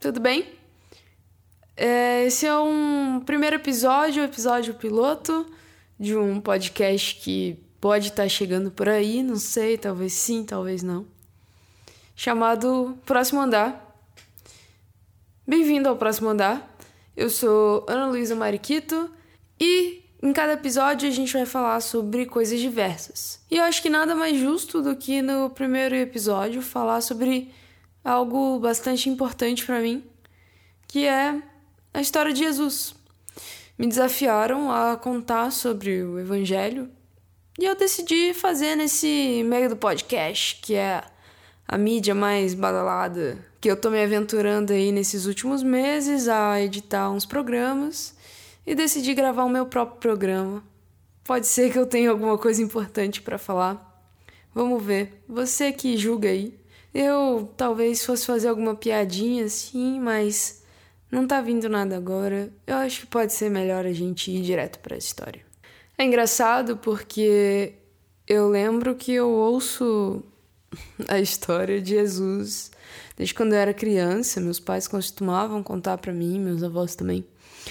tudo bem? Esse é um primeiro episódio, o episódio piloto de um podcast que pode estar chegando por aí, não sei, talvez sim, talvez não, chamado Próximo Andar. Bem-vindo ao Próximo Andar, eu sou Ana Luísa Mariquito e em cada episódio a gente vai falar sobre coisas diversas. E eu acho que nada mais justo do que no primeiro episódio falar sobre algo bastante importante para mim, que é a história de Jesus. Me desafiaram a contar sobre o Evangelho e eu decidi fazer nesse meio do podcast, que é a mídia mais badalada, que eu tô me aventurando aí nesses últimos meses a editar uns programas e decidi gravar o meu próprio programa. Pode ser que eu tenha alguma coisa importante para falar. Vamos ver. Você que julga aí. Eu talvez fosse fazer alguma piadinha assim, mas não tá vindo nada agora. Eu acho que pode ser melhor a gente ir direto pra história. É engraçado porque eu lembro que eu ouço a história de Jesus desde quando eu era criança. Meus pais costumavam contar pra mim, meus avós também.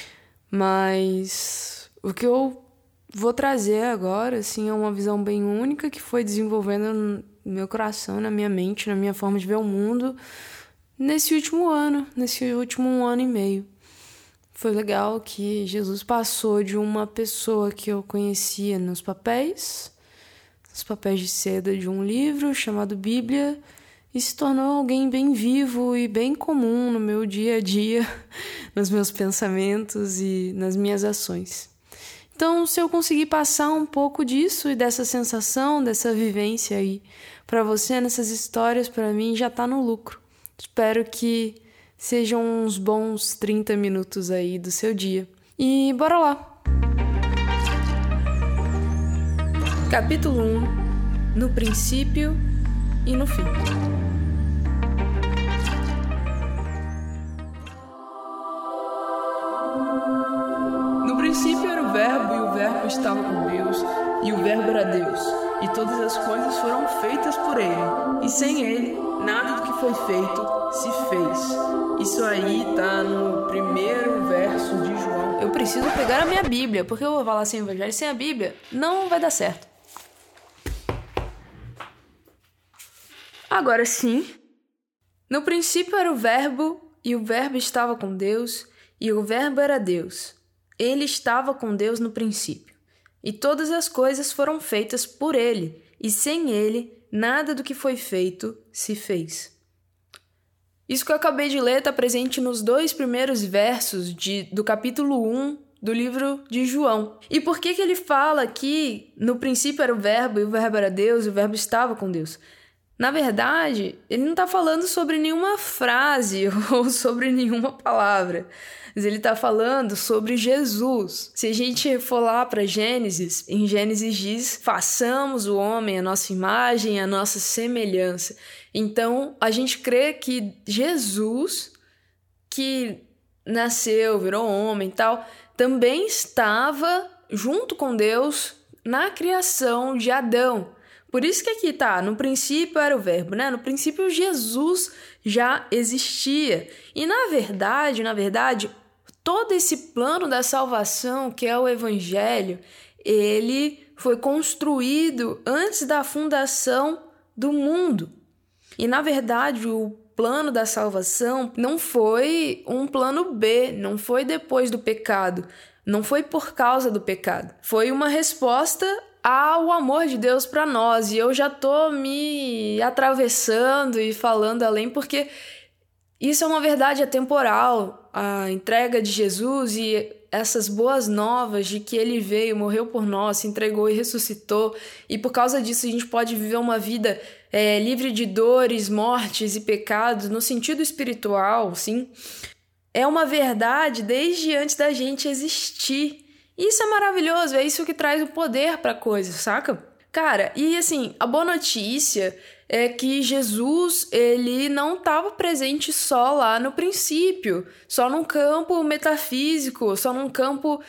Mas o que eu vou trazer agora, assim, é uma visão bem única que foi desenvolvendo no meu coração, na minha mente, na minha forma de ver o mundo nesse último ano e meio. Foi legal que Jesus passou de uma pessoa que eu conhecia nos papéis de seda de um livro chamado Bíblia, e se tornou alguém bem vivo e bem comum no meu dia a dia, nos meus pensamentos e nas minhas ações. Então, se eu conseguir passar um pouco disso e dessa sensação, dessa vivência aí para você nessas histórias, para mim já tá no lucro. Espero que sejam uns bons 30 minutos aí do seu dia. E bora lá! Capítulo 1. No princípio e no fim. No princípio era o Verbo, e o Verbo estava com Deus, e o Verbo era Deus, e todas as coisas foram feitas por ele, e sem ele, nada do que foi feito se fez. Isso aí tá no primeiro verso de João. Eu preciso pegar a minha Bíblia, porque eu vou falar sem o Evangelho, sem a Bíblia não vai dar certo. Agora sim. No princípio era o Verbo, e o Verbo estava com Deus, e o Verbo era Deus. Ele estava com Deus no princípio. E todas as coisas foram feitas por ele, e sem ele, nada do que foi feito se fez. Isso que eu acabei de ler está presente nos 2 primeiros versos do capítulo 1 do livro de João. E por que ele fala que no princípio era o Verbo, e o Verbo era Deus, e o Verbo estava com Deus? Na verdade, ele não está falando sobre nenhuma frase ou sobre nenhuma palavra, mas ele está falando sobre Jesus. Se a gente for lá para Gênesis, em Gênesis diz: façamos o homem a nossa imagem, a nossa semelhança. Então, a gente crê que Jesus, que nasceu, virou homem e tal, também estava junto com Deus na criação de Adão. Por isso que aqui tá, no princípio era o Verbo, né? No princípio Jesus já existia. E na verdade, todo esse plano da salvação, que é o Evangelho, ele foi construído antes da fundação do mundo. E na verdade, o plano da salvação não foi um plano B, não foi depois do pecado, não foi por causa do pecado. Foi uma resposta ao amor de Deus para nós. E eu já tô me atravessando e falando além, porque isso é uma verdade atemporal. A entrega de Jesus e essas boas novas de que ele veio, morreu por nós, se entregou e ressuscitou, e por causa disso a gente pode viver uma vida livre de dores, mortes e pecados no sentido espiritual, sim. É uma verdade desde antes da gente existir. Isso é maravilhoso, é isso que traz o poder pra coisa, saca? Cara, e assim, a boa notícia é que Jesus, ele não estava presente só lá no princípio, só num campo metafísico, só num campo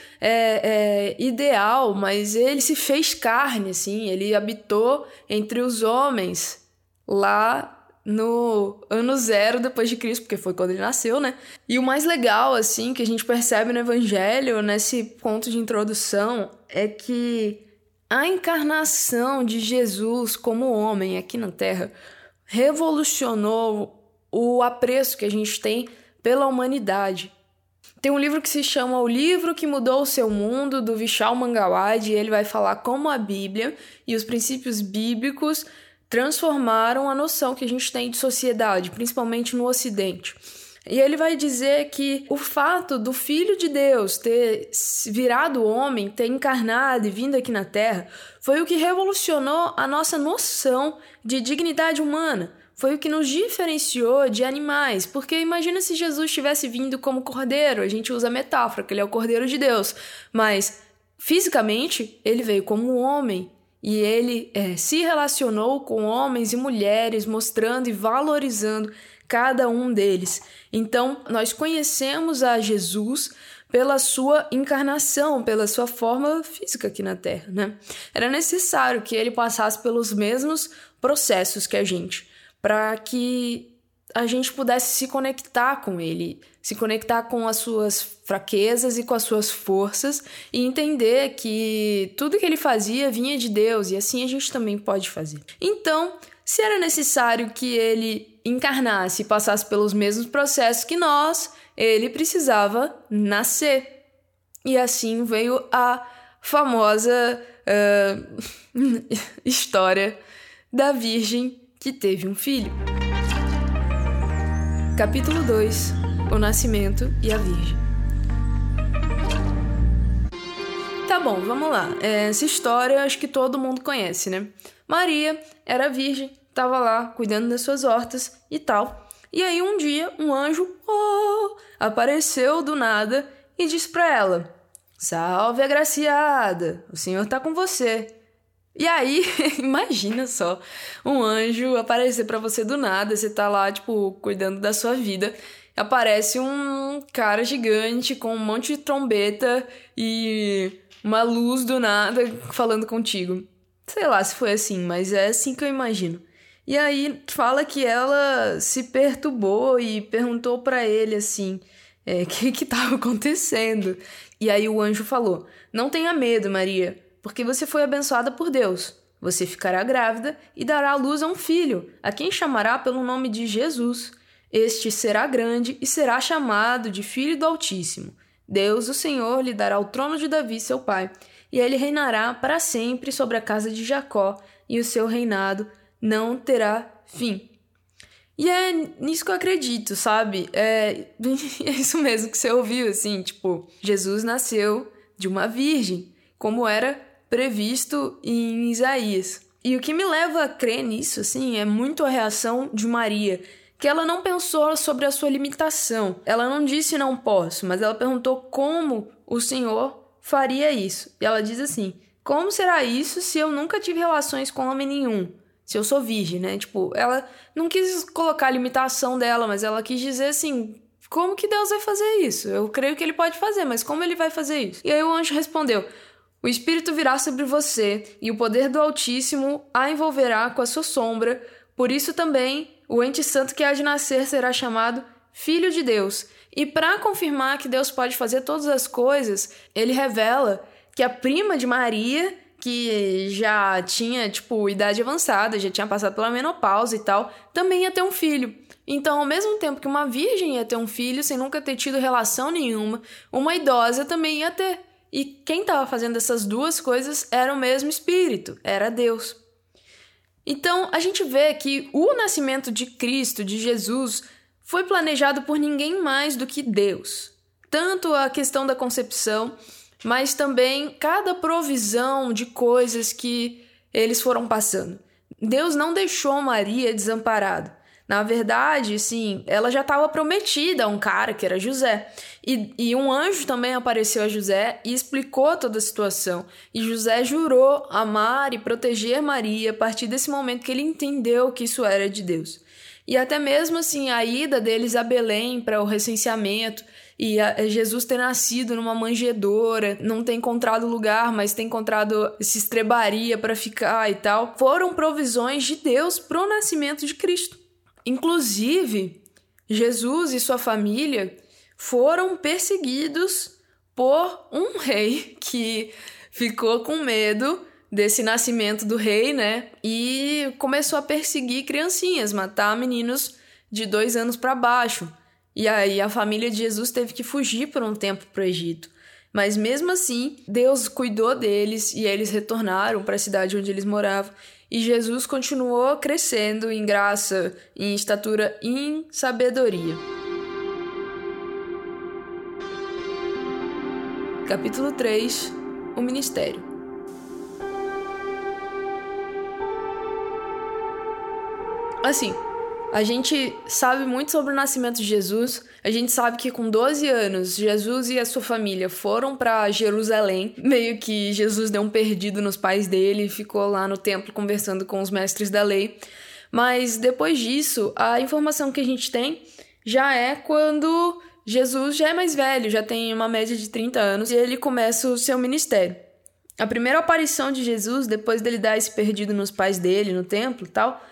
ideal, mas ele se fez carne, assim, ele habitou entre os homens lá no ano 0 depois de Cristo, porque foi quando ele nasceu, né? E o mais legal, assim, que a gente percebe no Evangelho, nesse ponto de introdução, é que a encarnação de Jesus como homem aqui na Terra revolucionou o apreço que a gente tem pela humanidade. Tem um livro que se chama O Livro que Mudou o Seu Mundo, do Vishal Mangalwadi, e ele vai falar como a Bíblia e os princípios bíblicos transformaram a noção que a gente tem de sociedade, principalmente no Ocidente. E ele vai dizer que o fato do Filho de Deus ter virado homem, ter encarnado e vindo aqui na Terra, foi o que revolucionou a nossa noção de dignidade humana. Foi o que nos diferenciou de animais, porque imagina se Jesus tivesse vindo como cordeiro, a gente usa a metáfora, que ele é o cordeiro de Deus, mas fisicamente ele veio como homem. E ele se relacionou com homens e mulheres, mostrando e valorizando cada um deles. Então, nós conhecemos a Jesus pela sua encarnação, pela sua forma física aqui na Terra, né? Era necessário que ele passasse pelos mesmos processos que a gente, para que a gente pudesse se conectar com ele, se conectar com as suas fraquezas e com as suas forças e entender que tudo que ele fazia vinha de Deus e assim a gente também pode fazer. Então, se era necessário que ele encarnasse e passasse pelos mesmos processos que nós, ele precisava nascer. E assim veio a famosa história da Virgem que teve um filho. Capítulo 2. O Nascimento e a Virgem. Tá bom, vamos lá. Essa história acho que todo mundo conhece, né? Maria era virgem, estava lá cuidando das suas hortas e tal. E aí um dia um anjo apareceu do nada e disse para ela: "Salve, agraciada, o Senhor tá com você." E aí, imagina só, um anjo aparecer pra você do nada, você tá lá, tipo, cuidando da sua vida, aparece um cara gigante com um monte de trombeta e uma luz do nada falando contigo. Sei lá se foi assim, mas é assim que eu imagino. E aí fala que ela se perturbou e perguntou pra ele assim, que tava acontecendo. E aí o anjo falou: "Não tenha medo, Maria, porque você foi abençoada por Deus. Você ficará grávida e dará à luz a um filho, a quem chamará pelo nome de Jesus. Este será grande e será chamado de Filho do Altíssimo. Deus, o Senhor, lhe dará o trono de Davi, seu pai, e ele reinará para sempre sobre a casa de Jacó, e o seu reinado não terá fim." E é nisso que eu acredito, sabe? É isso mesmo que você ouviu, assim, tipo, Jesus nasceu de uma virgem, como era previsto em Isaías. E o que me leva a crer nisso, assim, é muito a reação de Maria, que ela não pensou sobre a sua limitação. Ela não disse "não posso", mas ela perguntou como o Senhor faria isso. E ela diz assim: "Como será isso se eu nunca tive relações com homem nenhum? Se eu sou virgem", né? Tipo, ela não quis colocar a limitação dela, mas ela quis dizer assim: como que Deus vai fazer isso? Eu creio que ele pode fazer, mas como ele vai fazer isso? E aí o anjo respondeu: "O Espírito virá sobre você, e o poder do Altíssimo a envolverá com a sua sombra. Por isso também o ente santo que há de nascer será chamado Filho de Deus." E para confirmar que Deus pode fazer todas as coisas, ele revela que a prima de Maria, que já tinha, tipo, idade avançada, já tinha passado pela menopausa e tal, também ia ter um filho. Então, ao mesmo tempo que uma virgem ia ter um filho sem nunca ter tido relação nenhuma, uma idosa também ia ter. E quem estava fazendo essas duas coisas era o mesmo Espírito, era Deus. Então, a gente vê que o nascimento de Cristo, de Jesus, foi planejado por ninguém mais do que Deus. Tanto a questão da concepção, mas também cada provisão de coisas que eles foram passando. Deus não deixou Maria desamparada. Na verdade, sim, ela já estava prometida a um cara que era José. E um anjo também apareceu a José e explicou toda a situação. E José jurou amar e proteger Maria a partir desse momento que ele entendeu que isso era de Deus. E até mesmo assim, a ida deles a Belém para o recenseamento e Jesus ter nascido numa manjedoura, não ter encontrado lugar, mas ter encontrado essa estrebaria para ficar e tal, foram provisões de Deus para o nascimento de Cristo. Inclusive, Jesus e sua família foram perseguidos por um rei que ficou com medo desse nascimento do rei, né? E começou a perseguir criancinhas, matar meninos de 2 anos para baixo. E aí a família de Jesus teve que fugir por um tempo para o Egito. Mas mesmo assim, Deus cuidou deles e eles retornaram para a cidade onde eles moravam. E Jesus continuou crescendo em graça, em estatura e em sabedoria. Capítulo 3. O ministério. Assim, a gente sabe muito sobre o nascimento de Jesus. A gente sabe que com 12 anos, Jesus e a sua família foram para Jerusalém. Meio que Jesus deu um perdido nos pais dele e ficou lá no templo conversando com os mestres da lei. Mas depois disso, a informação que a gente tem já é quando Jesus já é mais velho, já tem uma média de 30 anos, e ele começa o seu ministério. A primeira aparição de Jesus, depois dele dar esse perdido nos pais dele, no templo e tal,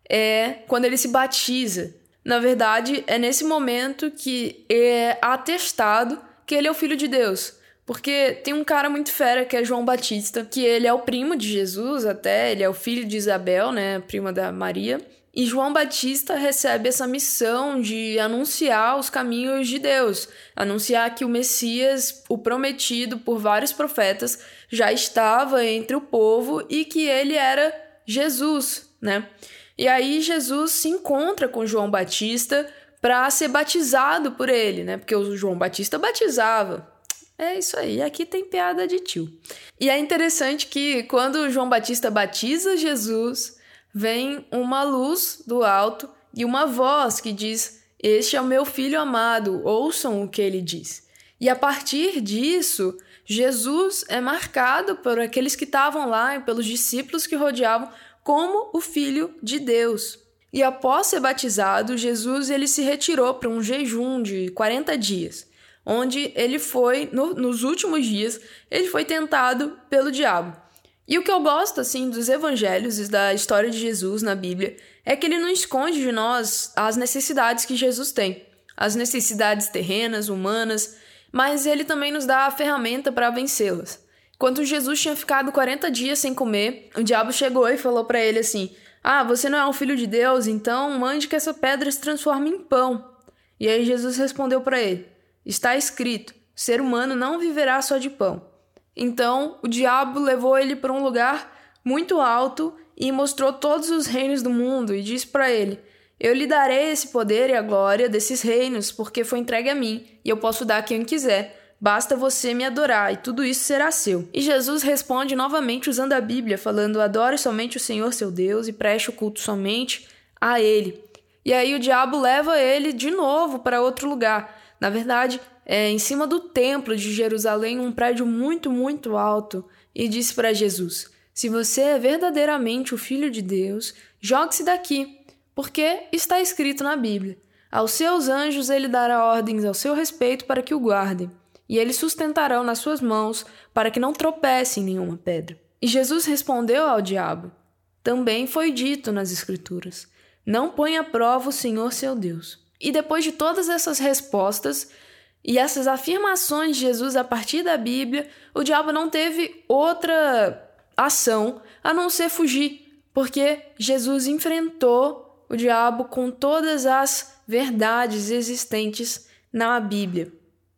é quando ele se batiza. Na verdade, é nesse momento que é atestado que ele é o Filho de Deus. Porque tem um cara muito fera que é João Batista, que ele é o primo de Jesus até, ele é o filho de Isabel, né, prima da Maria. E João Batista recebe essa missão de anunciar os caminhos de Deus, anunciar que o Messias, o prometido por vários profetas, já estava entre o povo e que ele era Jesus, né? E aí Jesus se encontra com João Batista para ser batizado por ele, né? Porque o João Batista batizava. É isso aí, aqui tem piada de tio. E é interessante que quando João Batista batiza Jesus, vem uma luz do alto e uma voz que diz: "Este é o meu filho amado, ouçam o que ele diz." E a partir disso, Jesus é marcado por aqueles que estavam lá e pelos discípulos que rodeavam como o Filho de Deus. E após ser batizado, Jesus ele se retirou para um jejum de 40 dias, onde ele foi, nos últimos dias, ele foi tentado pelo diabo. E o que eu gosto, assim, dos evangelhos e da história de Jesus na Bíblia é que ele não esconde de nós as necessidades que Jesus tem. As necessidades terrenas, humanas, mas ele também nos dá a ferramenta para vencê-las. Quando Jesus tinha ficado 40 dias sem comer, o diabo chegou e falou para ele assim: "Ah, você não é um filho de Deus, então mande que essa pedra se transforme em pão." E aí Jesus respondeu para ele: "Está escrito, o ser humano não viverá só de pão." Então, o diabo levou ele para um lugar muito alto e mostrou todos os reinos do mundo e disse para ele: "Eu lhe darei esse poder e a glória desses reinos, porque foi entregue a mim, e eu posso dar a quem quiser. Basta você me adorar, e tudo isso será seu." E Jesus responde novamente usando a Bíblia, falando: "Adore somente o Senhor seu Deus e preste o culto somente a Ele." E aí o diabo leva ele de novo para outro lugar. Na verdade, é em cima do templo de Jerusalém, um prédio muito, muito alto, e disse para Jesus: "Se você é verdadeiramente o Filho de Deus, jogue-se daqui, porque está escrito na Bíblia: aos seus anjos ele dará ordens ao seu respeito para que o guardem, e eles sustentarão nas suas mãos para que não tropece em nenhuma pedra." E Jesus respondeu ao diabo: "Também foi dito nas Escrituras: não põe à prova o Senhor seu Deus." E depois de todas essas respostas e essas afirmações de Jesus a partir da Bíblia, o diabo não teve outra ação a não ser fugir, porque Jesus enfrentou o diabo com todas as verdades existentes na Bíblia.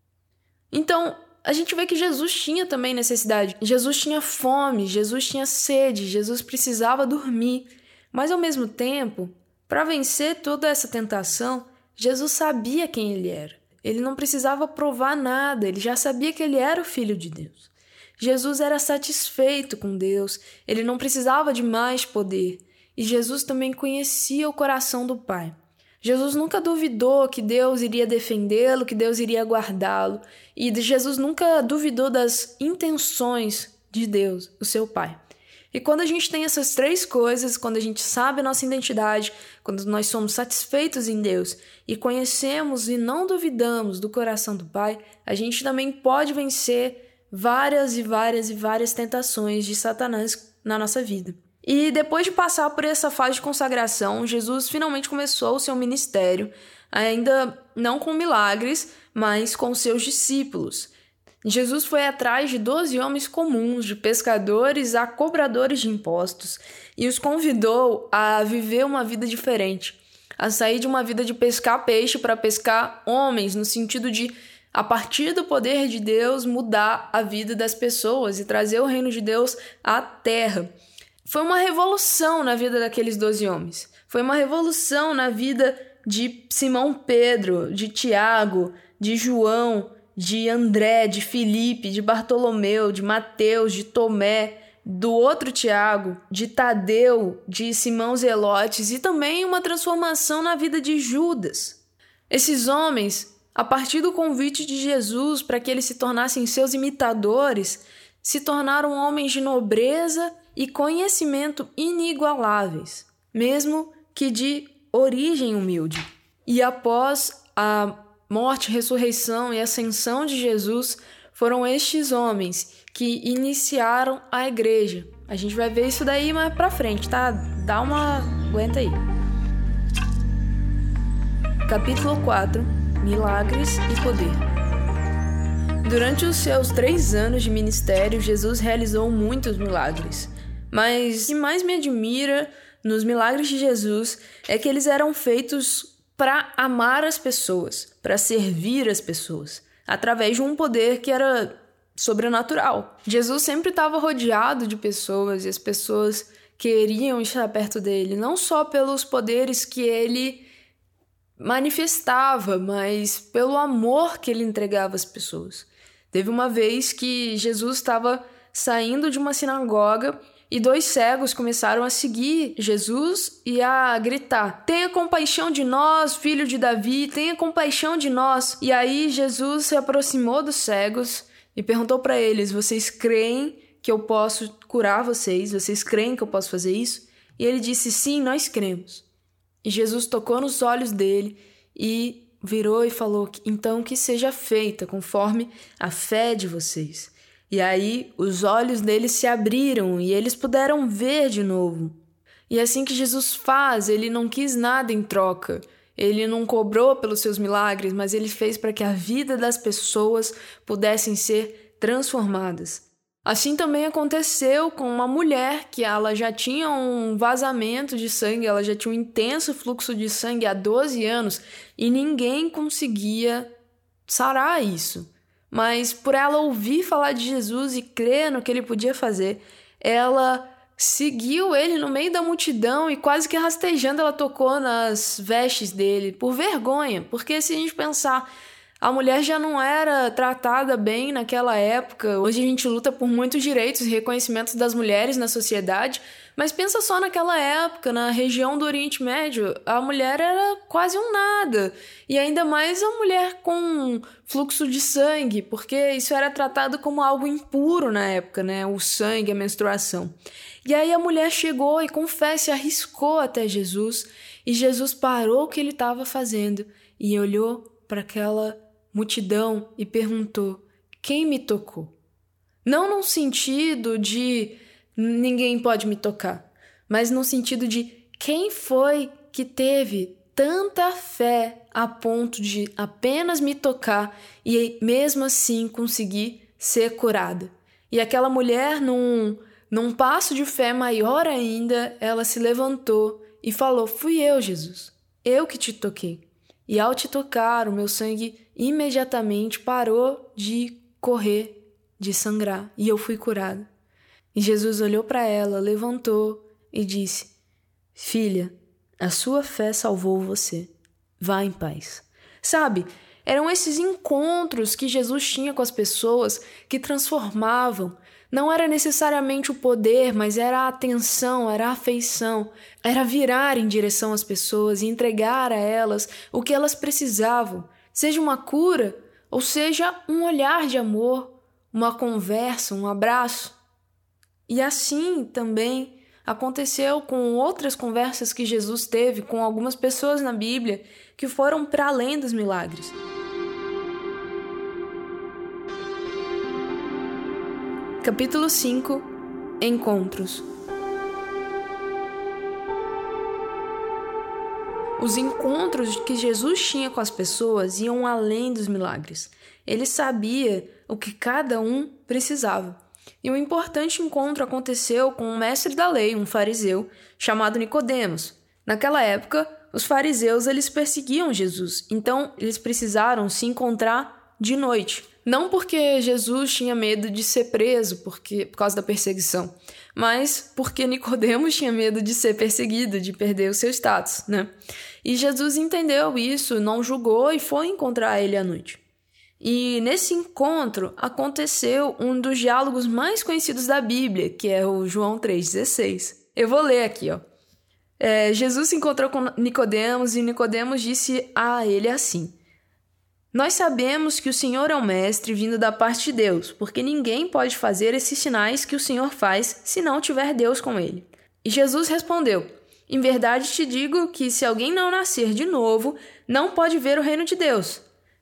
Então, a gente vê que Jesus tinha também necessidade. Jesus tinha fome, Jesus tinha sede, Jesus precisava dormir. Mas, ao mesmo tempo, para vencer toda essa tentação, Jesus sabia quem ele era. Ele não precisava provar nada, ele já sabia que ele era o Filho de Deus. Jesus era satisfeito com Deus, ele não precisava de mais poder. E Jesus também conhecia o coração do Pai. Jesus nunca duvidou que Deus iria defendê-lo, que Deus iria guardá-lo. E Jesus nunca duvidou das intenções de Deus, o seu Pai. E quando a gente tem essas três coisas, quando a gente sabe a nossa identidade, quando nós somos satisfeitos em Deus e conhecemos e não duvidamos do coração do Pai, a gente também pode vencer várias tentações de Satanás na nossa vida. E depois de passar por essa fase de consagração, Jesus finalmente começou o seu ministério, ainda não com milagres, mas com seus discípulos. Jesus foi atrás de 12 homens comuns, de pescadores a cobradores de impostos, e os convidou a viver uma vida diferente, a sair de uma vida de pescar peixe para pescar homens, no sentido de, a partir do poder de Deus, mudar a vida das pessoas e trazer o reino de Deus à terra. Foi uma revolução na vida daqueles 12 homens. Foi uma revolução na vida de Simão Pedro, de Tiago, de João, de André, de Filipe, de Bartolomeu, de Mateus, de Tomé, do outro Tiago, de Tadeu, de Simão Zelotes e também uma transformação na vida de Judas. Esses homens, a partir do convite de Jesus para que eles se tornassem seus imitadores, se tornaram homens de nobreza e conhecimento inigualáveis, mesmo que de origem humilde. E após a morte, ressurreição e ascensão de Jesus, foram estes homens que iniciaram a igreja. A gente vai ver isso daí mais pra frente, tá? Aguenta aí. Capítulo 4. Milagres e poder. Durante os seus 3 anos de ministério, Jesus realizou muitos milagres. Mas o que mais me admira nos milagres de Jesus é que eles eram feitos para amar as pessoas, para servir as pessoas, através de um poder que era sobrenatural. Jesus sempre estava rodeado de pessoas e as pessoas queriam estar perto dele, não só pelos poderes que ele manifestava, mas pelo amor que ele entregava às pessoas. Teve uma vez que Jesus estava saindo de uma sinagoga e 2 cegos começaram a seguir Jesus e a gritar: "Tenha compaixão de nós, filho de Davi, tenha compaixão de nós." E aí Jesus se aproximou dos cegos e perguntou para eles: "Vocês creem que eu posso curar vocês? Vocês creem que eu posso fazer isso?" E ele disse: "Sim, nós cremos." E Jesus tocou nos olhos dele e virou e falou: "Então que seja feita conforme a fé de vocês." E aí os olhos deles se abriram e eles puderam ver de novo. E assim que Jesus faz, ele não quis nada em troca. Ele não cobrou pelos seus milagres, mas ele fez para que a vida das pessoas pudessem ser transformadas. Assim também aconteceu com uma mulher que ela já tinha um vazamento de sangue, ela já tinha um intenso fluxo de sangue há 12 anos e ninguém conseguia sarar isso. Mas por ela ouvir falar de Jesus e crer no que ele podia fazer, ela seguiu ele no meio da multidão e quase que rastejando ela tocou nas vestes dele, por vergonha. Porque se a gente pensar, a mulher já não era tratada bem naquela época. Hoje a gente luta por muitos direitos e reconhecimentos das mulheres na sociedade, mas pensa só naquela época, na região do Oriente Médio, a mulher era quase um nada. E ainda mais a mulher com fluxo de sangue, porque isso era tratado como algo impuro na época, né? O sangue, a menstruação. E aí a mulher chegou e com fé se arriscou até Jesus, e Jesus parou o que ele estava fazendo e olhou para aquela multidão e perguntou: "Quem me tocou?" Não no sentido de ninguém pode me tocar, mas no sentido de quem foi que teve tanta fé a ponto de apenas me tocar e mesmo assim conseguir ser curada. E aquela mulher, num passo de fé maior ainda, ela se levantou e falou: "Fui eu, Jesus, eu que te toquei. E ao te tocar, o meu sangue imediatamente parou de correr, de sangrar, e eu fui curada." E Jesus olhou para ela, levantou e disse: "Filha, a sua fé salvou você. Vá em paz." Sabe, eram esses encontros que Jesus tinha com as pessoas que transformavam. Não era necessariamente o poder, mas era a atenção, era a afeição, era virar em direção às pessoas e entregar a elas o que elas precisavam, seja uma cura ou seja um olhar de amor, uma conversa, um abraço. E assim também aconteceu com outras conversas que Jesus teve com algumas pessoas na Bíblia que foram para além dos milagres. Capítulo 5. Encontros. Os encontros que Jesus tinha com as pessoas iam além dos milagres. Ele sabia o que cada um precisava. E um importante encontro aconteceu com um mestre da lei, um fariseu, chamado Nicodemos. Naquela época, os fariseus eles perseguiam Jesus, então eles precisaram se encontrar de noite. Não porque Jesus tinha medo de ser preso por causa da perseguição, mas porque Nicodemos tinha medo de ser perseguido, de perder o seu status, né? E Jesus entendeu isso, não julgou e foi encontrar ele à noite. E nesse encontro aconteceu um dos diálogos mais conhecidos da Bíblia, que é o João 3,16. Eu vou ler aqui, ó. Jesus se encontrou com Nicodemos e Nicodemos disse a ele assim: Nós sabemos que o Senhor é um mestre vindo da parte de Deus, porque ninguém pode fazer esses sinais que o Senhor faz se não tiver Deus com ele. E Jesus respondeu: Em verdade te digo que se alguém não nascer de novo, não pode ver o reino de Deus.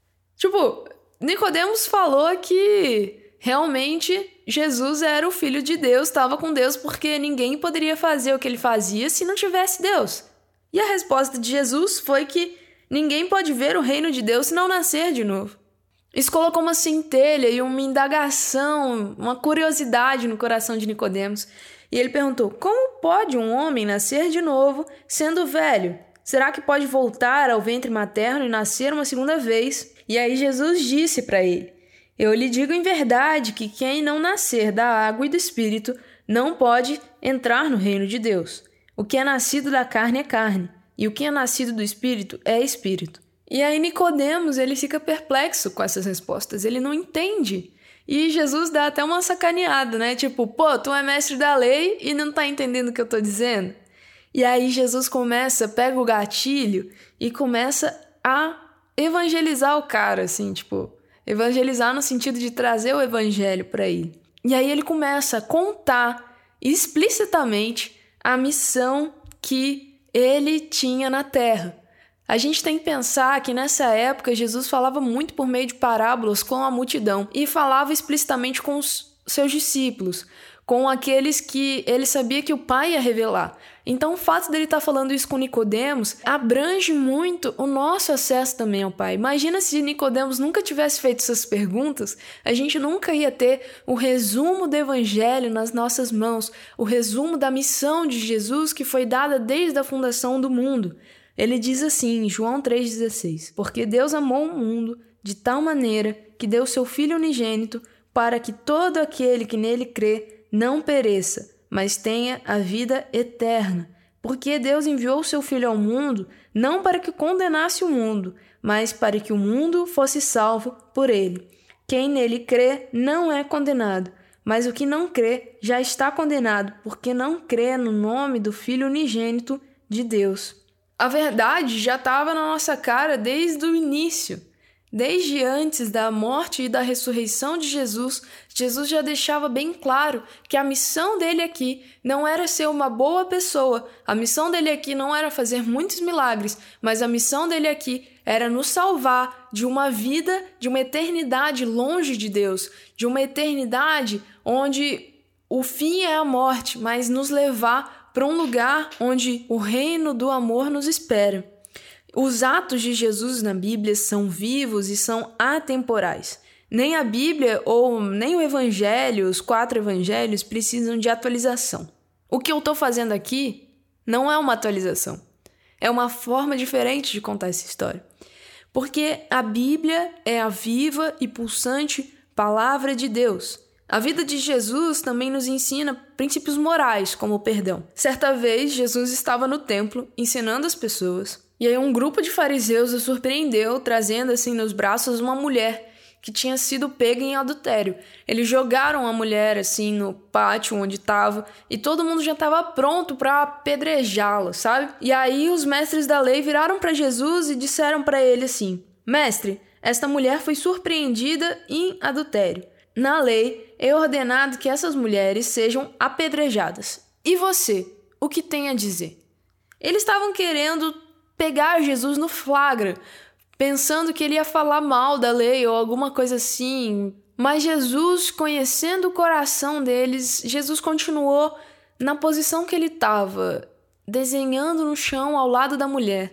Nicodemos falou que realmente Jesus era o Filho de Deus, estava com Deus, porque ninguém poderia fazer o que ele fazia se não tivesse Deus. E a resposta de Jesus foi que ninguém pode ver o reino de Deus se não nascer de novo. Isso colocou uma centelha e uma indagação, uma curiosidade no coração de Nicodemos. E ele perguntou: como pode um homem nascer de novo sendo velho? Será que pode voltar ao ventre materno e nascer uma segunda vez? E aí Jesus disse para ele: Eu lhe digo em verdade que quem não nascer da água e do Espírito não pode entrar no reino de Deus. O que é nascido da carne é carne, e o que é nascido do Espírito é Espírito. E aí Nicodemos, ele fica perplexo com essas respostas, ele não entende. E Jesus dá até uma sacaneada, né? Tu é mestre da lei e não tá entendendo o que eu tô dizendo? E aí Jesus pega o gatilho e começa a evangelizar o cara, assim, evangelizar no sentido de trazer o evangelho para ele. E aí ele começa a contar explicitamente a missão que ele tinha na terra. A gente tem que pensar que nessa época Jesus falava muito por meio de parábolas com a multidão e falava explicitamente com os seus discípulos, com aqueles que ele sabia que o Pai ia revelar. Então o fato dele estar falando isso com Nicodemos abrange muito o nosso acesso também ao Pai. Imagina se Nicodemos nunca tivesse feito essas perguntas, a gente nunca ia ter o resumo do Evangelho nas nossas mãos, o resumo da missão de Jesus que foi dada desde a fundação do mundo. Ele diz assim em João 3,16: Porque Deus amou o mundo de tal maneira que deu seu Filho unigênito para que todo aquele que nele crê não pereça, mas tenha a vida eterna. Porque Deus enviou seu Filho ao mundo, não para que condenasse o mundo, mas para que o mundo fosse salvo por ele. Quem nele crê não é condenado, mas o que não crê já está condenado, porque não crê no nome do Filho unigênito de Deus. A verdade já estava na nossa cara desde o início. Desde antes da morte e da ressurreição de Jesus, Jesus já deixava bem claro que a missão dele aqui não era ser uma boa pessoa, a missão dele aqui não era fazer muitos milagres, mas a missão dele aqui era nos salvar de uma vida, de uma eternidade longe de Deus, de uma eternidade onde o fim é a morte, mas nos levar para um lugar onde o reino do amor nos espera. Os atos de Jesus na Bíblia são vivos e são atemporais. Nem a Bíblia ou nem o Evangelho, os 4 Evangelhos, precisam de atualização. O que eu estou fazendo aqui não é uma atualização. É uma forma diferente de contar essa história. Porque a Bíblia é a viva e pulsante palavra de Deus. A vida de Jesus também nos ensina princípios morais, como o perdão. Certa vez, Jesus estava no templo ensinando as pessoas. E aí um grupo de fariseus o surpreendeu, trazendo assim nos braços uma mulher que tinha sido pega em adultério. Eles jogaram a mulher assim no pátio onde estava e todo mundo já estava pronto para apedrejá-la, sabe? E aí os mestres da lei viraram para Jesus e disseram para ele assim: Mestre, esta mulher foi surpreendida em adultério. Na lei é ordenado que essas mulheres sejam apedrejadas. E você, o que tem a dizer? Eles estavam querendo pegar Jesus no flagra, pensando que ele ia falar mal da lei ou alguma coisa assim. Mas Jesus, conhecendo o coração deles, Jesus continuou na posição que ele estava, desenhando no chão ao lado da mulher.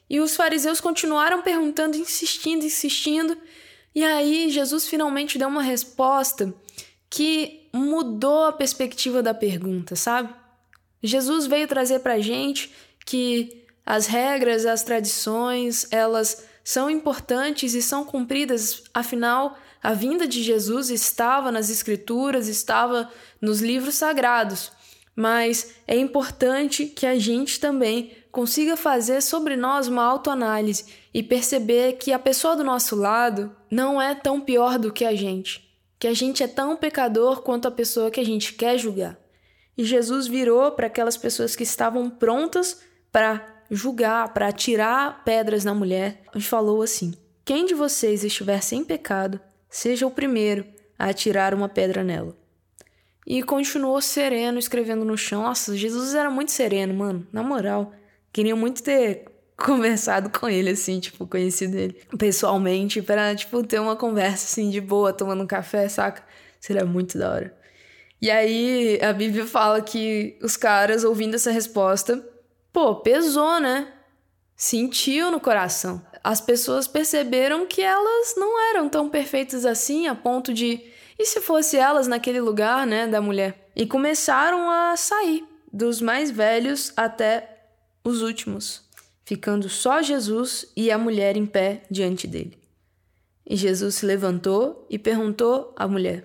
E os fariseus continuaram perguntando, insistindo. E aí Jesus finalmente deu uma resposta que mudou a perspectiva da pergunta, sabe? Jesus veio trazer pra gente que as regras, as tradições, elas são importantes e são cumpridas, afinal, a vinda de Jesus estava nas Escrituras, estava nos livros sagrados, mas é importante que a gente também consiga fazer sobre nós uma autoanálise e perceber que a pessoa do nosso lado não é tão pior do que a gente é tão pecador quanto a pessoa que a gente quer julgar. E Jesus virou para aquelas pessoas que estavam prontas para julgar, para atirar pedras na mulher, e falou assim: quem de vocês estiver sem pecado, seja o primeiro a atirar uma pedra nela. E continuou sereno, escrevendo no chão. Nossa, Jesus era muito sereno, mano. Na moral, queria muito ter conversado com ele, assim, conhecido ele pessoalmente, pra, ter uma conversa, assim, de boa, tomando um café, saca? Seria muito da hora. E aí, a Bíblia fala que os caras, ouvindo essa resposta, pesou, né? Sentiu no coração. As pessoas perceberam que elas não eram tão perfeitas assim, a ponto de... E se fosse elas naquele lugar, né, da mulher? E começaram a sair, dos mais velhos até os últimos, ficando só Jesus e a mulher em pé diante dele. E Jesus se levantou e perguntou à mulher: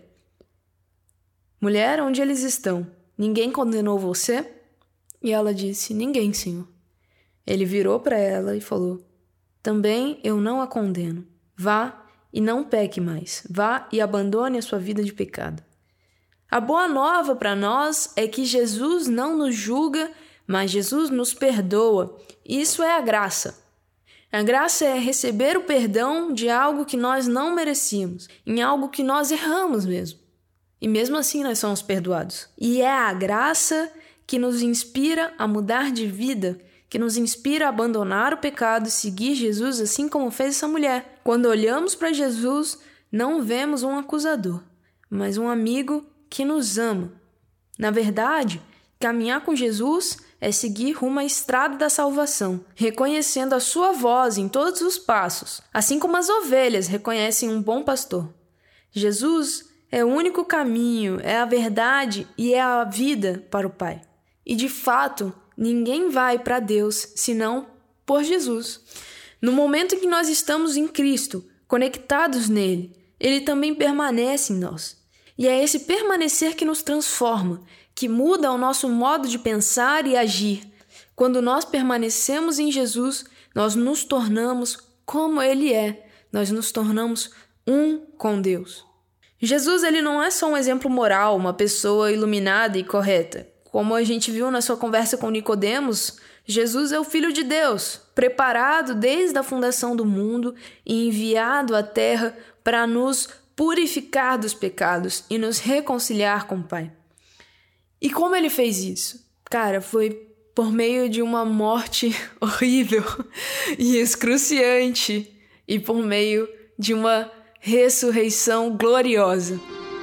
mulher, onde eles estão? Ninguém condenou você? E ela disse: ninguém, Senhor. Ele virou para ela e falou: também eu não a condeno. Vá e não peque mais. Vá e abandone a sua vida de pecado. A boa nova para nós é que Jesus não nos julga, mas Jesus nos perdoa. Isso é a graça. A graça é receber o perdão de algo que nós não merecíamos, em algo que nós erramos mesmo. E mesmo assim nós somos perdoados. E é a graça que nos inspira a mudar de vida, que nos inspira a abandonar o pecado e seguir Jesus, assim como fez essa mulher. Quando olhamos para Jesus, não vemos um acusador, mas um amigo que nos ama. Na verdade, caminhar com Jesus é seguir rumo à estrada da salvação, reconhecendo a sua voz em todos os passos, assim como as ovelhas reconhecem um bom pastor. Jesus é o único caminho, é a verdade e é a vida para o Pai. E de fato, ninguém vai para Deus senão por Jesus. No momento em que nós estamos em Cristo, conectados nele, ele também permanece em nós. E é esse permanecer que nos transforma, que muda o nosso modo de pensar e agir. Quando nós permanecemos em Jesus, nós nos tornamos como ele é. Nós nos tornamos um com Deus. Jesus, ele não é só um exemplo moral, uma pessoa iluminada e correta. Como a gente viu na sua conversa com Nicodemos, Jesus é o Filho de Deus, preparado desde a fundação do mundo e enviado à terra para nos purificar dos pecados e nos reconciliar com o Pai. E como ele fez isso? Cara, foi por meio de uma morte horrível e excruciante e por meio de uma ressurreição gloriosa.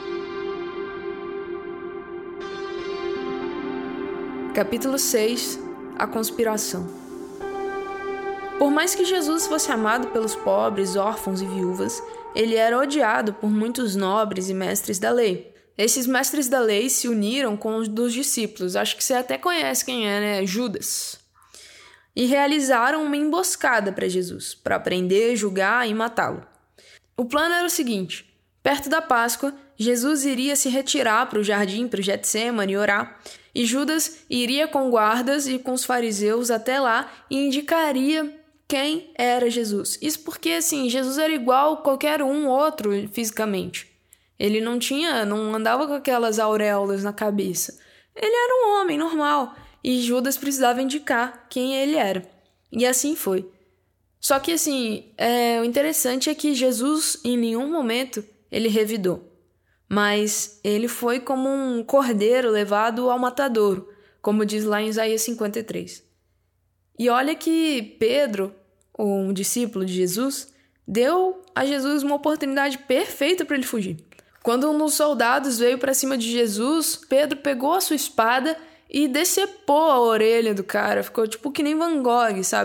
Capítulo 6. A conspiração. Por mais que Jesus fosse amado pelos pobres, órfãos e viúvas, ele era odiado por muitos nobres e mestres da lei. Esses mestres da lei se uniram com os dos discípulos, acho que você até conhece quem é, né? Judas. E realizaram uma emboscada para Jesus, para prender, julgar e matá-lo. O plano era o seguinte: perto da Páscoa, Jesus iria se retirar para o jardim, para o Getsêmani, orar, e Judas iria com guardas e com os fariseus até lá e indicaria quem era Jesus. Isso porque, assim, Jesus era igual qualquer um outro fisicamente. Ele não andava com aquelas auréolas na cabeça. Ele era um homem normal e Judas precisava indicar quem ele era. E assim foi. Só que, assim, o interessante é que Jesus, em nenhum momento, ele revidou. Mas ele foi como um cordeiro levado ao matadouro, como diz lá em Isaías 53. E olha que Pedro, um discípulo de Jesus, deu a Jesus uma oportunidade perfeita para ele fugir. Quando um dos soldados veio para cima de Jesus, Pedro pegou a sua espada e decepou a orelha do cara. Ficou tipo que nem Van Gogh, sabe?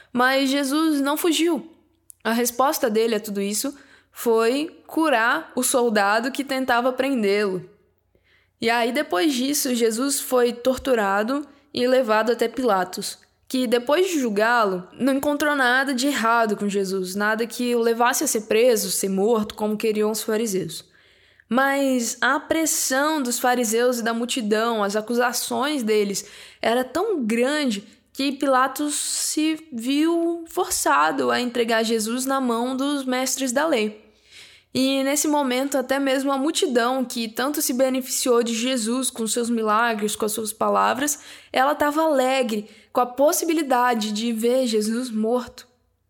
Mas Jesus não fugiu. A resposta dele a tudo isso foi curar o soldado que tentava prendê-lo. E aí, depois disso, Jesus foi torturado e levado até Pilatos, que depois de julgá-lo, não encontrou nada de errado com Jesus, nada que o levasse a ser preso, ser morto, como queriam os fariseus. Mas a pressão dos fariseus e da multidão, as acusações deles, era tão grande que Pilatos se viu forçado a entregar Jesus na mão dos mestres da lei. E nesse momento, até mesmo a multidão que tanto se beneficiou de Jesus com seus milagres, com as suas palavras, ela estava alegre com a possibilidade de ver Jesus morto.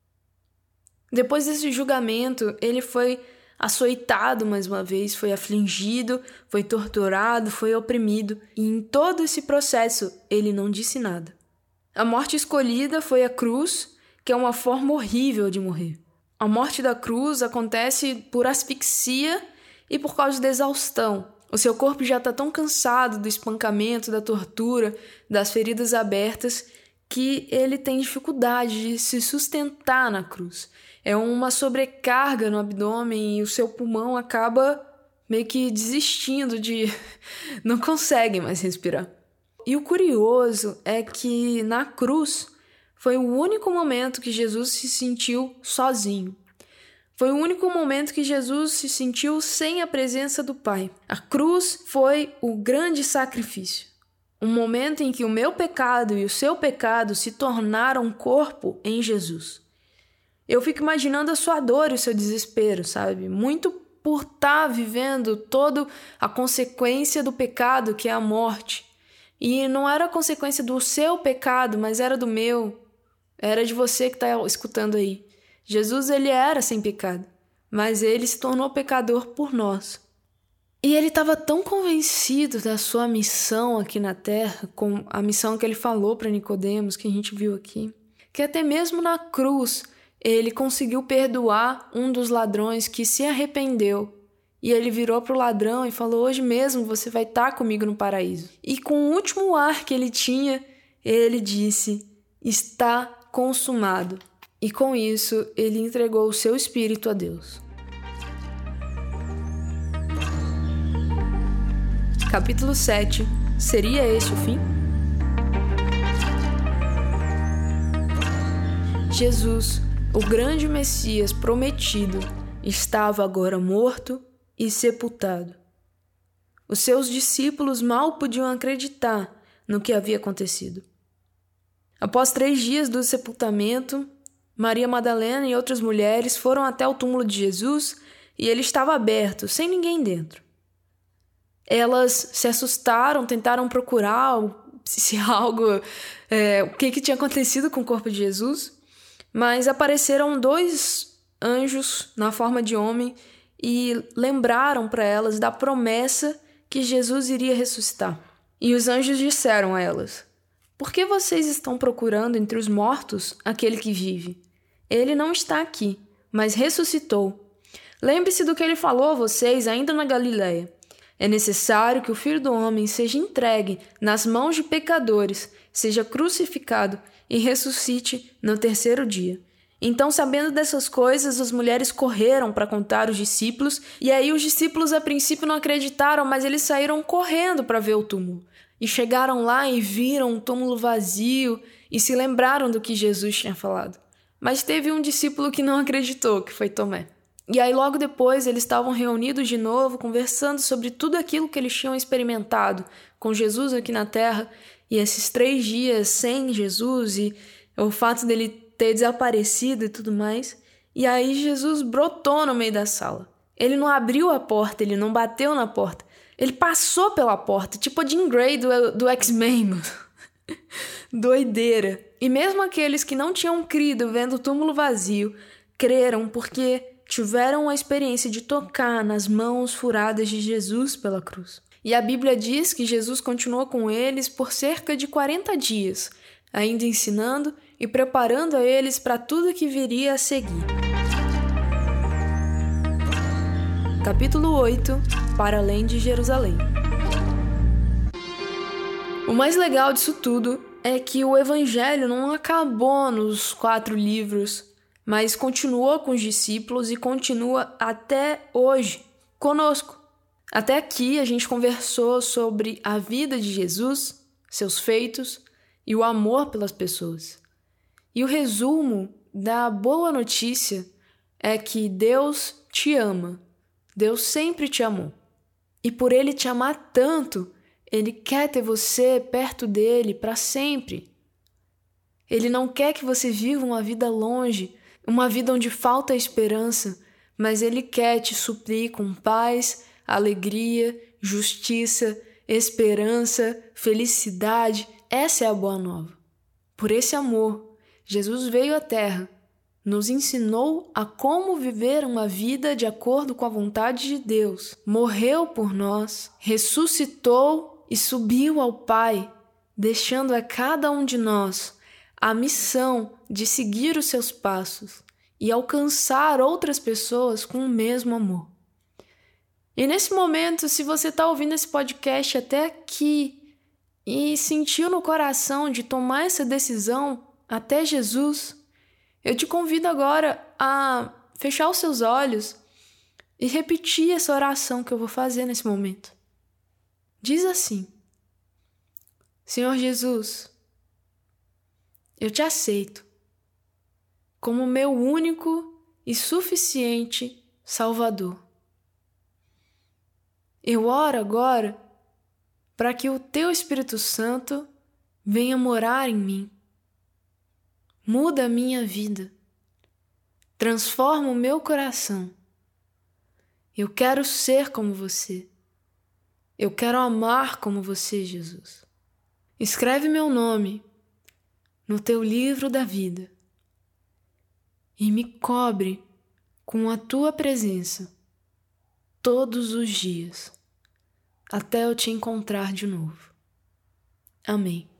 Depois desse julgamento, ele foi açoitado mais uma vez, foi afligido, foi torturado, foi oprimido. E em todo esse processo, ele não disse nada. A morte escolhida foi a cruz, que é uma forma horrível de morrer. A morte da cruz acontece por asfixia e por causa da exaustão. O seu corpo já está tão cansado do espancamento, da tortura, das feridas abertas, que ele tem dificuldade de se sustentar na cruz. É uma sobrecarga no abdômen e o seu pulmão acaba meio que desistindo de... não consegue mais respirar. E o curioso é que na cruz foi o único momento que Jesus se sentiu sozinho. Foi o único momento que Jesus se sentiu sem a presença do Pai. A cruz foi o grande sacrifício. Um momento em que o meu pecado e o seu pecado se tornaram corpo em Jesus. Eu fico imaginando a sua dor e o seu desespero, sabe? Muito por estar vivendo toda a consequência do pecado, que é a morte. E não era a consequência do seu pecado, mas era do meu. Era de você que está escutando aí. Jesus, ele era sem pecado, mas ele se tornou pecador por nós. E ele estava tão convencido da sua missão aqui na Terra, com a missão que ele falou para Nicodemos, que a gente viu aqui, que até mesmo na cruz ele conseguiu perdoar um dos ladrões que se arrependeu. E ele virou para o ladrão e falou: hoje mesmo você vai estar comigo no paraíso. E com o último ar que ele tinha, ele disse: está consumado. E com isso, ele entregou o seu espírito a Deus. Capítulo 7. Seria esse o fim? Jesus, o grande Messias prometido, estava agora morto e sepultado. Os seus discípulos mal podiam acreditar no que havia acontecido. Após 3 dias do sepultamento, Maria Madalena e outras mulheres foram até o túmulo de Jesus e ele estava aberto, sem ninguém dentro. Elas se assustaram, tentaram procurar o que tinha acontecido com o corpo de Jesus, mas apareceram 2 anjos na forma de homem e lembraram para elas da promessa que Jesus iria ressuscitar. E os anjos disseram a elas: por que vocês estão procurando entre os mortos aquele que vive? Ele não está aqui, mas ressuscitou. Lembre-se do que ele falou a vocês ainda na Galileia. É necessário que o Filho do Homem seja entregue nas mãos de pecadores, seja crucificado e ressuscite no 3º dia. Então, sabendo dessas coisas, as mulheres correram para contar aos discípulos, e aí os discípulos a princípio não acreditaram, mas eles saíram correndo para ver o túmulo. E chegaram lá e viram um túmulo vazio e se lembraram do que Jesus tinha falado. Mas teve um discípulo que não acreditou, que foi Tomé. E aí logo depois eles estavam reunidos de novo, conversando sobre tudo aquilo que eles tinham experimentado com Jesus aqui na Terra, e esses 3 dias sem Jesus e o fato dele ter desaparecido e tudo mais. E aí Jesus brotou no meio da sala. Ele não abriu a porta, ele não bateu na porta. Ele passou pela porta, tipo a Jean Grey do X-Men. Doideira. E mesmo aqueles que não tinham crido vendo o túmulo vazio, creram porque tiveram a experiência de tocar nas mãos furadas de Jesus pela cruz. E a Bíblia diz que Jesus continuou com eles por cerca de 40 dias, ainda ensinando e preparando a eles para tudo que viria a seguir. Capítulo 8. Para além de Jerusalém. O mais legal disso tudo é que o evangelho não acabou nos 4 livros, mas continuou com os discípulos e continua até hoje conosco. Até aqui a gente conversou sobre a vida de Jesus, seus feitos e o amor pelas pessoas. E o resumo da boa notícia é que Deus te ama. Deus sempre te amou. E por Ele te amar tanto, Ele quer ter você perto dele para sempre. Ele não quer que você viva uma vida longe, uma vida onde falta esperança, mas Ele quer te suprir com paz, alegria, justiça, esperança, felicidade. Essa é a boa nova. Por esse amor, Jesus veio à Terra, nos ensinou a como viver uma vida de acordo com a vontade de Deus, morreu por nós, ressuscitou e subiu ao Pai, deixando a cada um de nós a missão de seguir os seus passos e alcançar outras pessoas com o mesmo amor. E nesse momento, se você está ouvindo esse podcast até aqui e sentiu no coração de tomar essa decisão até Jesus, eu te convido agora a fechar os seus olhos e repetir essa oração que eu vou fazer nesse momento. Diz assim: Senhor Jesus, eu te aceito como meu único e suficiente Salvador. Eu oro agora para que o Teu Espírito Santo venha morar em mim. Muda a minha vida. Transforma o meu coração. Eu quero ser como você. Eu quero amar como você, Jesus. Escreve meu nome no Teu livro da vida e me cobre com a Tua presença todos os dias, até eu te encontrar de novo. Amém.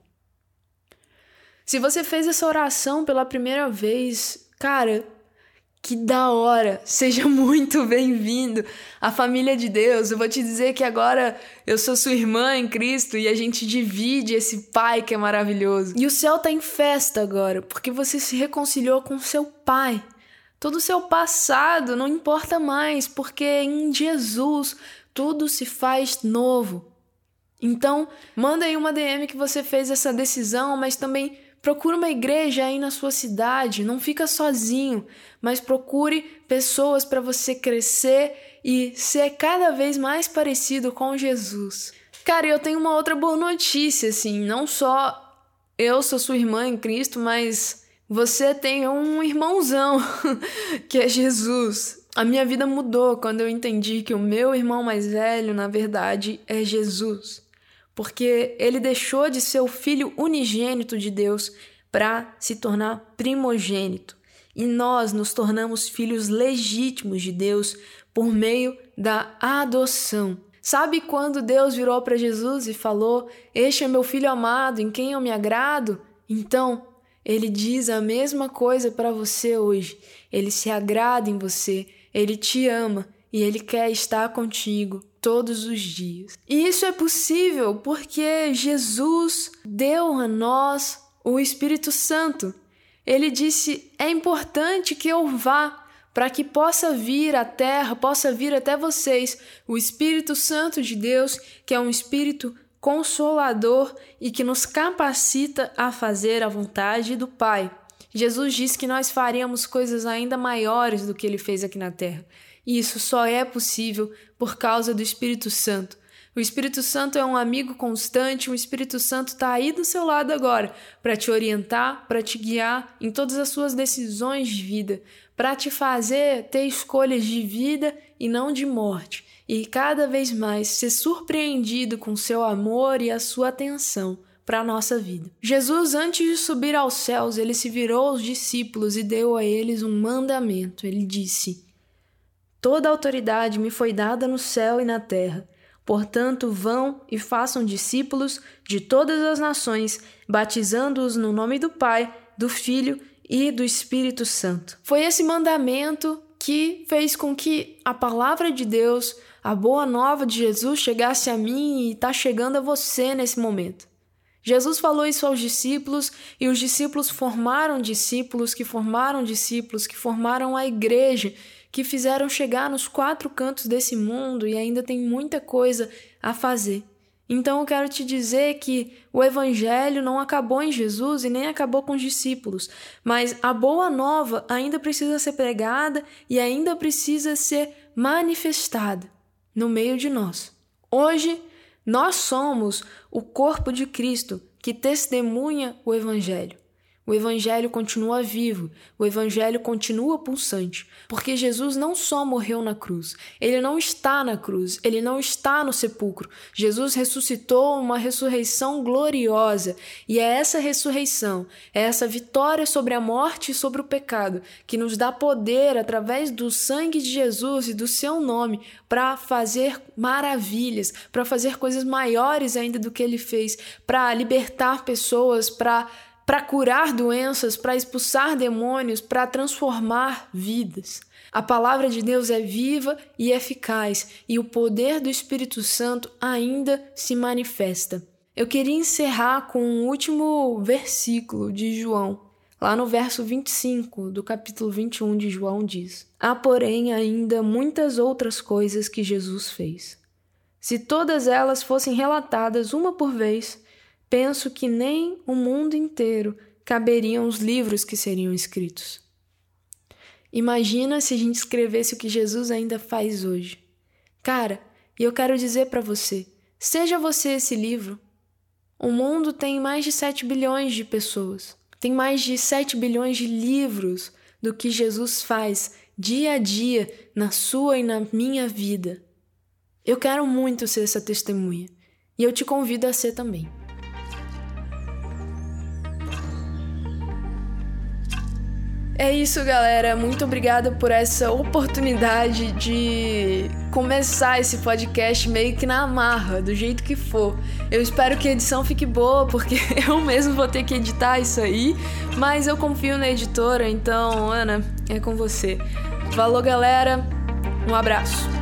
Se você fez essa oração pela primeira vez, cara, que da hora! Seja muito bem-vindo à família de Deus. Eu vou te dizer que agora eu sou sua irmã em Cristo e a gente divide esse Pai que é maravilhoso. E o céu tá em festa agora, porque você se reconciliou com seu Pai. Todo o seu passado não importa mais, porque em Jesus tudo se faz novo. Então, manda aí uma DM que você fez essa decisão, mas também procura uma igreja aí na sua cidade. Não fica sozinho, mas procure pessoas para você crescer e ser cada vez mais parecido com Jesus. Cara, eu tenho uma outra boa notícia, assim, não só eu sou sua irmã em Cristo, mas você tem um irmãozão, que é Jesus. A minha vida mudou quando eu entendi que o meu irmão mais velho, na verdade, é Jesus. Porque ele deixou de ser o filho unigênito de Deus para se tornar primogênito. E nós nos tornamos filhos legítimos de Deus por meio da adoção. Sabe quando Deus virou para Jesus e falou: "Este é meu filho amado, em quem eu me agrado"? Então, Ele diz a mesma coisa para você hoje. Ele se agrada em você, Ele te ama e Ele quer estar contigo todos os dias. E isso é possível porque Jesus deu a nós o Espírito Santo. Ele disse: é importante que eu vá para que possa vir à terra, possa vir até vocês o Espírito Santo de Deus, que é um Espírito consolador e que nos capacita a fazer a vontade do Pai. Jesus disse que nós faríamos coisas ainda maiores do que Ele fez aqui na terra. E isso só é possível por causa do Espírito Santo. O Espírito Santo é um amigo constante, o Espírito Santo está aí do seu lado agora para te orientar, para te guiar em todas as suas decisões de vida, para te fazer ter escolhas de vida e não de morte. E cada vez mais ser surpreendido com seu amor e a sua atenção para a nossa vida. Jesus, antes de subir aos céus, ele se virou aos discípulos e deu a eles um mandamento. Ele disse: "Toda autoridade me foi dada no céu e na terra. Portanto, vão e façam discípulos de todas as nações, batizando-os no nome do Pai, do Filho e do Espírito Santo." Foi esse mandamento que fez com que a palavra de Deus, a boa nova de Jesus, chegasse a mim e está chegando a você nesse momento. Jesus falou isso aos discípulos e os discípulos formaram discípulos, que formaram discípulos, que formaram a igreja, que fizeram chegar nos 4 cantos desse mundo e ainda tem muita coisa a fazer. Então eu quero te dizer que o evangelho não acabou em Jesus e nem acabou com os discípulos, mas a boa nova ainda precisa ser pregada e ainda precisa ser manifestada no meio de nós. Hoje, nós somos o corpo de Cristo que testemunha o evangelho. O evangelho continua vivo, o evangelho continua pulsante, porque Jesus não só morreu na cruz, ele não está na cruz, ele não está no sepulcro. Jesus ressuscitou uma ressurreição gloriosa, e é essa ressurreição, é essa vitória sobre a morte e sobre o pecado, que nos dá poder através do sangue de Jesus e do seu nome para fazer maravilhas, para fazer coisas maiores ainda do que ele fez, para libertar pessoas, para curar doenças, para expulsar demônios, para transformar vidas. A palavra de Deus é viva e eficaz, e o poder do Espírito Santo ainda se manifesta. Eu queria encerrar com um último versículo de João. Lá no verso 25 do capítulo 21 de João diz: Há, porém, ainda muitas outras coisas que Jesus fez. Se todas elas fossem relatadas uma por vez, penso que nem o mundo inteiro caberiam os livros que seriam escritos. Imagina se a gente escrevesse o que Jesus ainda faz hoje. Cara, e eu quero dizer para você, seja você esse livro. O mundo tem mais de 7 bilhões de pessoas. Tem mais de 7 bilhões de livros do que Jesus faz dia a dia na sua e na minha vida. Eu quero muito ser essa testemunha. E eu te convido a ser também. É isso, galera. Muito obrigada por essa oportunidade de começar esse podcast meio que na marra, do jeito que for. Eu espero que a edição fique boa, porque eu mesmo vou ter que editar isso aí, mas eu confio na editora, então, Ana, é com você. Falou, galera. Um abraço.